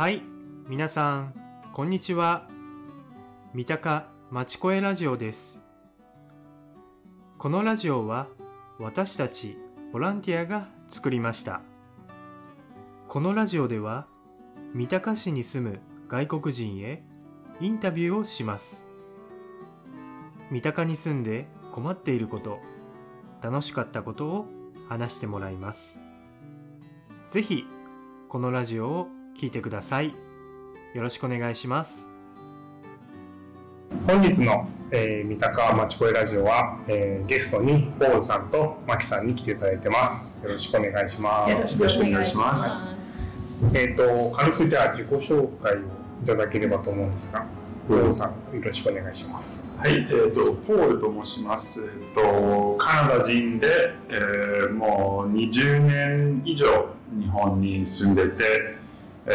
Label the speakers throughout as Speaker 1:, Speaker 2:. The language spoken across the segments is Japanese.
Speaker 1: はい、皆さん、こんにちは。三鷹まちこえラジオです。このラジオは私たちボランティアが作りました。このラジオでは三鷹市に住む外国人へインタビューをします。三鷹に住んで困っていること、楽しかったことを話してもらいます。ぜひこのラジオを聞いてください。よろしくお願いします。
Speaker 2: 本日の、三鷹まちこえラジオは、ゲストにポールさんとマキさんに来ていただいてます。よろしくお願いします。
Speaker 3: よろしくお願いします。
Speaker 2: 軽くじゃあ自己紹介をいただければと思うんですが、ポールさんよろしくお願いします。
Speaker 3: はい、ポールと申します。カナダ人で、もう20年以上日本に住んでて、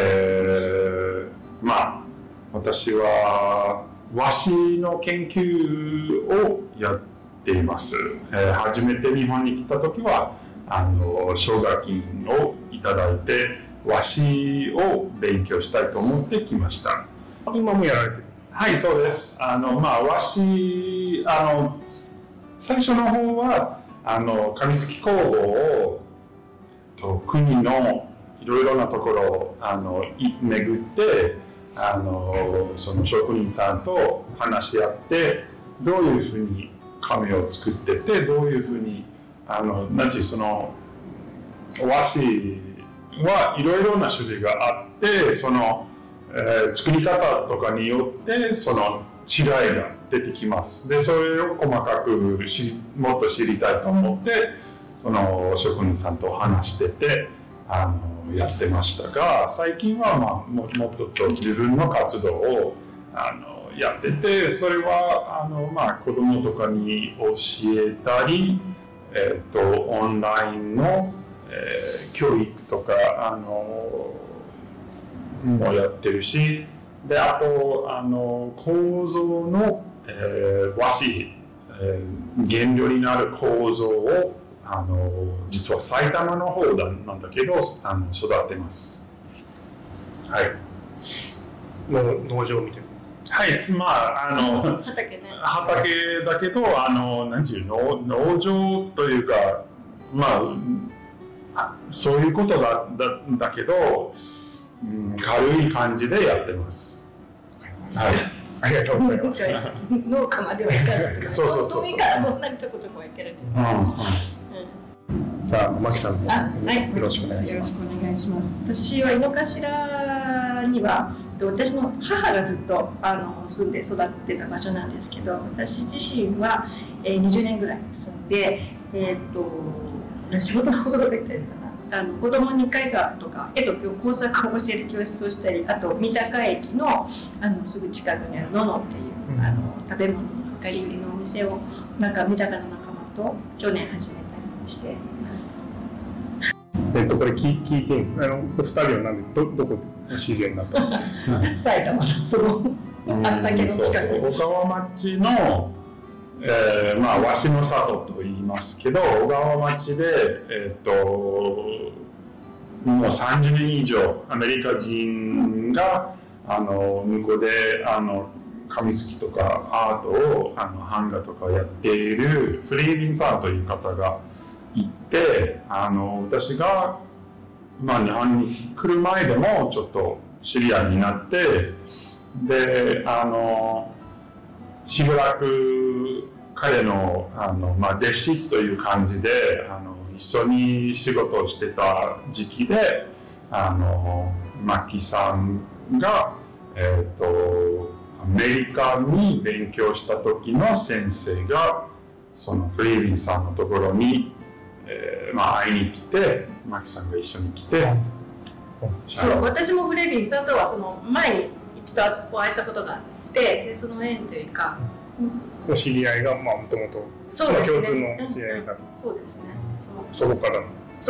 Speaker 3: 私は和紙の研究をやっています。初めて日本に来た時は奨学金をいただいて和紙を勉強したいと思ってきました。
Speaker 2: 今もやられてる？
Speaker 3: はい、そうです。和紙最初の方は紙すき工房を国のいろいろなところを巡ってその職人さんと話し合ってどういうふうに紙を作っててどういうふうにその和紙はいろいろな種類があってその、作り方とかによってその違いが出てきます。でそれを細かくもっと知りたいと思ってその職人さんと話しててやってましたが、最近はもっと自分の活動をやってて、それは子供とかに教えたり、オンラインの、教育とかもやってるし、であと構造の、和紙、原料になる構造を実は埼玉の方なんだけど育てます。はい。
Speaker 2: 農場みたいな。
Speaker 3: はい、
Speaker 4: 畑ね。
Speaker 3: 畑だけどなんていう農場というかそういうことだけど、軽い感じでやってます。はい。
Speaker 2: ありがとうございます。
Speaker 4: 農家まではいかず。
Speaker 3: そう。
Speaker 4: 海からそんなにちょこちょこはいけるけど。
Speaker 2: じゃあマキさんもよろしくお願いします。
Speaker 4: よろしくお願いします。私は井の頭には私の母がずっと住んで育ってた場所なんですけど、私自身は20年ぐらい住んで仕事のことが言ったりかな、子供に絵画とか工作を教える教室をしたり、あと三鷹駅のすぐ近くにあるののっていう食べ物の量り売りのお店を三鷹の仲間と去年始めたりしています。
Speaker 2: これ聞いてお二人はなんでどこでお知り合いになったんですか？
Speaker 4: 埼玉のその畑の近く。
Speaker 3: 小川町の和紙の里と言いますけど、小川町でもう30年以上アメリカ人が向こうで紙すきとかアートを版画とかやっているフレイビンさんという方がいて、私が日本に来る前でもちょっと知り合いになって、でしばらく彼の弟子という感じで一緒に仕事をしてた時期でマキさんがアメリカに勉強した時の先生がそのフレイビンさんのところに、会いに来てマキさんが一緒に来て、
Speaker 4: そう私もフレイビンさんとはその前に一度お会いしたことがあって、でその縁というか
Speaker 2: お知り合いがもともと共通の知り合いだった。
Speaker 4: そうですね。
Speaker 2: そこからの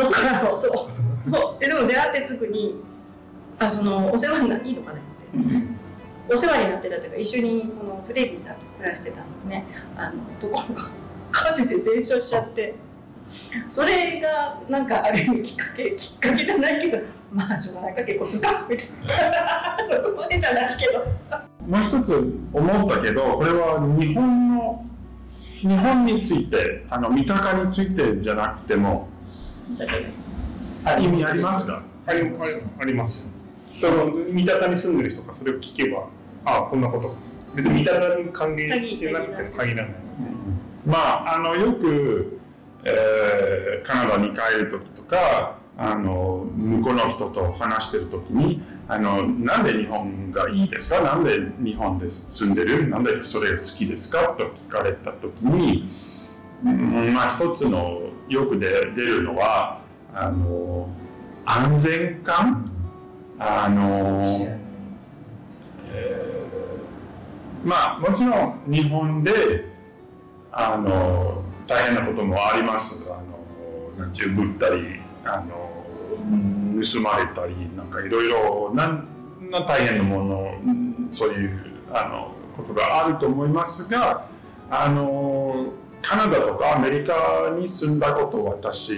Speaker 4: でも出会ってすぐにお世話になっていいのかなってお世話になってたというか一緒にこのフレイビーさんと暮らしてたのでね、ところが火事で全焼しちゃってそれがなんかある意味きっかけじゃないけど、まあしょうがないか結構すかみたいなそこまでじゃないけど。
Speaker 3: もう一つ思ったけど、これは日本について、三鷹についてじゃなくても意味ありますか？
Speaker 2: あります。三鷹に住んでる人がそれを聞けば、ああこんなこと別に三鷹に関係してなくても限らない。
Speaker 3: まあよく、カナダに帰るときとか向こうの人と話してるときになんで日本がいいですか、なんで日本で住んでる、なんでそれ好きですかと聞かれたときに、まあ一つのよく出るのは安全感、まあもちろん日本で大変なこともあります。なんていうぶったり盗まれたりなんかいろいろな大変なものそういうことがあると思いますがカナダとかアメリカに住んだこと私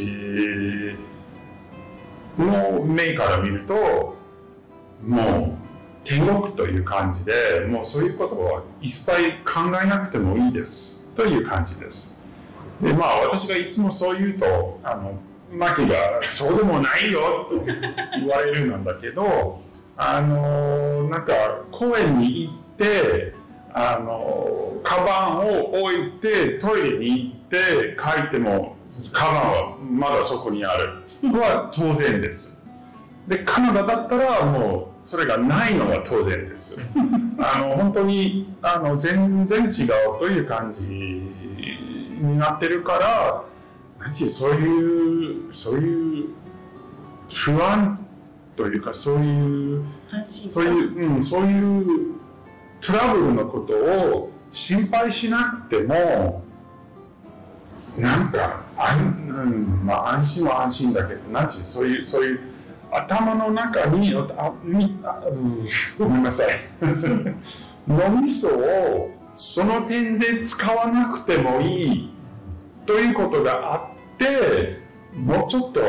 Speaker 3: の目から見るともう天国という感じでもうそういうことは一切考えなくてもいいですという感じです。でまあ私がいつもそう言うとマキがそうでもないよと言われるんだけどなんか公園に行ってカバンを置いてトイレに行って帰ってもカバンはまだそこにあるのは当然です。でカナダだったらもうそれがないのは当然です。本当に全然違うという感じになってるからそういう不安というかそういうトラブルのことを心配しなくてもなんかまあ安心は安心だけどそういう頭の中にごめんなさい脳みそをその点で使わなくてもいいということがあってもうちょっと、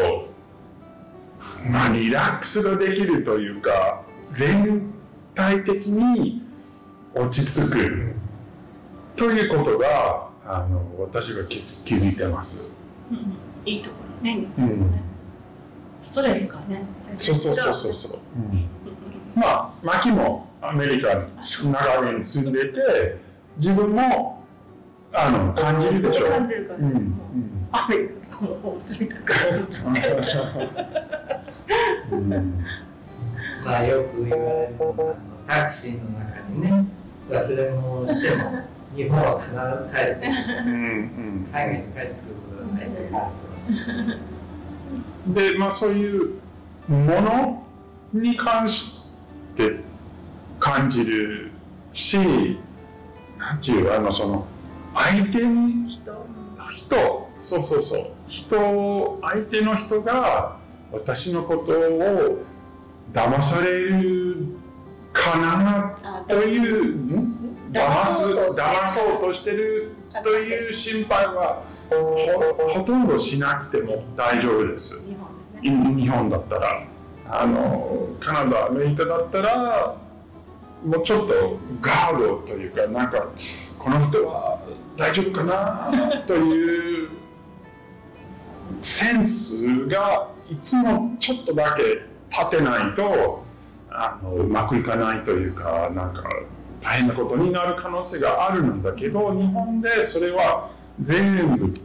Speaker 3: リラックスができるというか全体的に落ち着くということが私は気づいてます。
Speaker 4: いいところね。ストレスかね。
Speaker 3: そう。まあマキもアメリカに長年住んでて自分も感じるでしょう。
Speaker 4: 感じるから。アメリカの方住みたから
Speaker 5: まあよく言われるのはタクシーの中にね忘れ物をしても日本は必ず帰ってくる。海外に帰ってくることはないと思ってます。
Speaker 3: でまあそういうものに関して感じるし、なんていうその相手に人相手の人が私のことを騙されるかなという騙そうとしてるという心配はほとんどしなくても大丈夫です。日本だったらカナダアメリカだったらもうちょっとガードというかなんかこの人は大丈夫かなというセンスがいつもちょっとだけ立てないとうまくいかないというかなんか大変なことになる可能性があるんだけど日本でそれは全部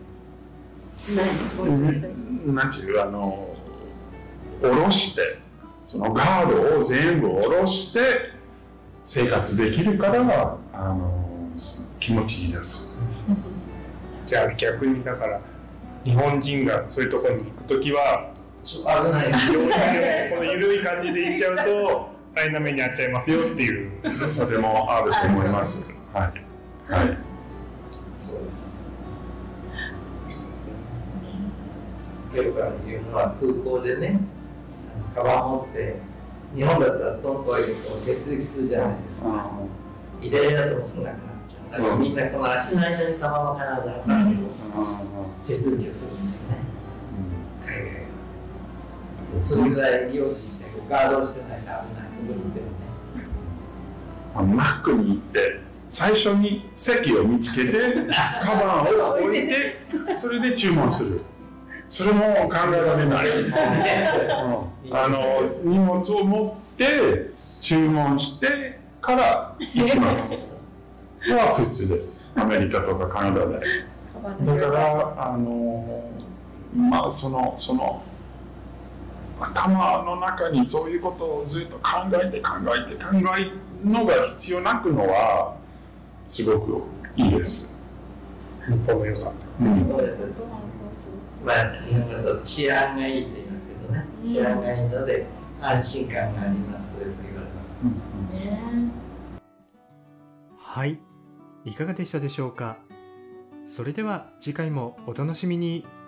Speaker 3: なんていう下ろしてそのガードを全部下ろして生活できるから気持ちいいです。
Speaker 2: じゃあ逆にだから日本人がそういうところに行くときは
Speaker 5: 危ない
Speaker 2: この緩い感じで行っちゃうと大変な目に遭っちゃいますよっていう
Speaker 3: それもあると思います。はい。
Speaker 5: そうです。よく言うのは空港でね、カバン持って日本だったらトントン入れて手続きするじゃないですか。 入れられたともすぐなくなっちゃう。だからみんなこの足の間にたまま必ず挟んで手続きをするんですね、海外は。それぐらい用心してガードをしてないと危ない、どこにいてもね。
Speaker 3: マックに行って最初に席を見つけてカバンを置いてそれで注文する。それも考えられないですね。荷物を持って注文してから行きますは普通です。アメリカとかカナダで。だからまあその頭の中にそういうことをずっと考えるのが必要なくのはすごくいいです。
Speaker 2: 日本の良さ。
Speaker 5: そうです。まあ日本だと治安がいいと言いますけどね。治安がいいので安心感がありますというふうに言われます。
Speaker 1: はい、いかがでしたでしょうか。それでは次回もお楽しみに。